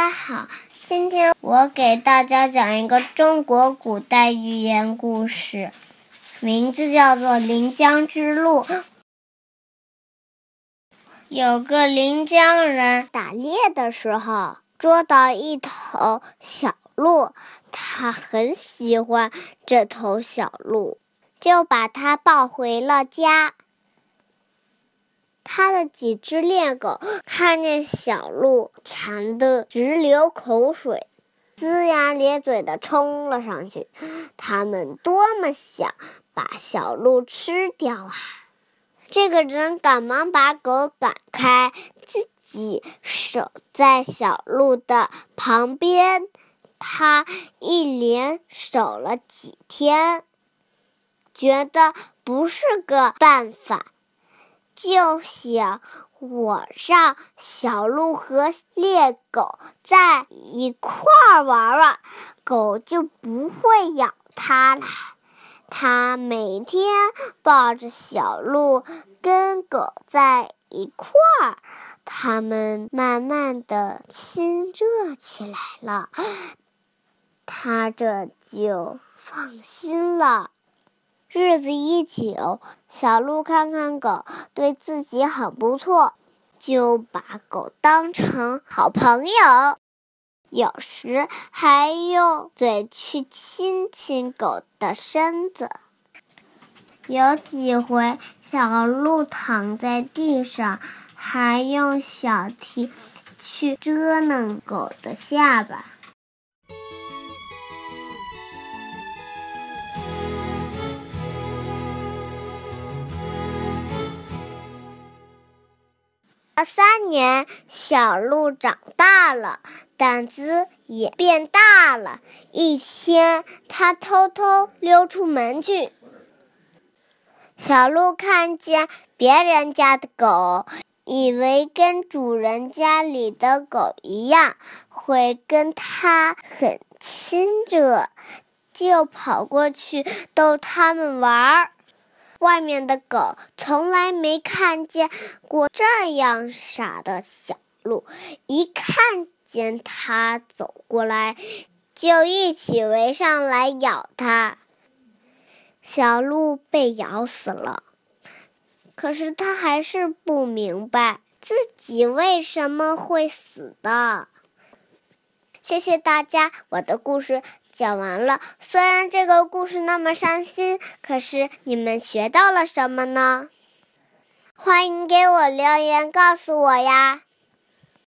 家好，今天我给大家讲一个中国古代寓言故事，名字叫做《临江之鹿》。有个临江人打猎的时候，捉到一头小鹿，他很喜欢这头小鹿，就把它抱回了家。他的几只猎狗看见小鹿，馋得直流口水，龇牙咧嘴地冲了上去。他们多么想把小鹿吃掉啊！这个人赶忙把狗赶开，自己守在小鹿的旁边。他一连守了几天，觉得不是个办法，就想我让小鹿和猎狗在一块儿玩玩，狗就不会咬它了。他每天抱着小鹿跟狗在一块儿，他们慢慢地亲热起来了，他这就放心了。日子一久，小鹿看看狗对自己很不错，就把狗当成好朋友，有时还用嘴去亲亲狗的身子。有几回，小鹿躺在地上，还用小蹄去折弄狗的下巴。3年，小鹿长大了，胆子也变大了。一天，它偷偷溜出门去。小鹿看见别人家的狗，以为跟主人家里的狗一样，会跟它很亲热，就跑过去逗它们玩。外面的狗从来没看见过这样傻的小鹿，一看见它走过来，就一起围上来咬它。小鹿被咬死了，可是它还是不明白自己为什么会死的。谢谢大家，我的故事讲完了。虽然这个故事那么伤心，可是你们学到了什么呢？欢迎给我留言告诉我呀。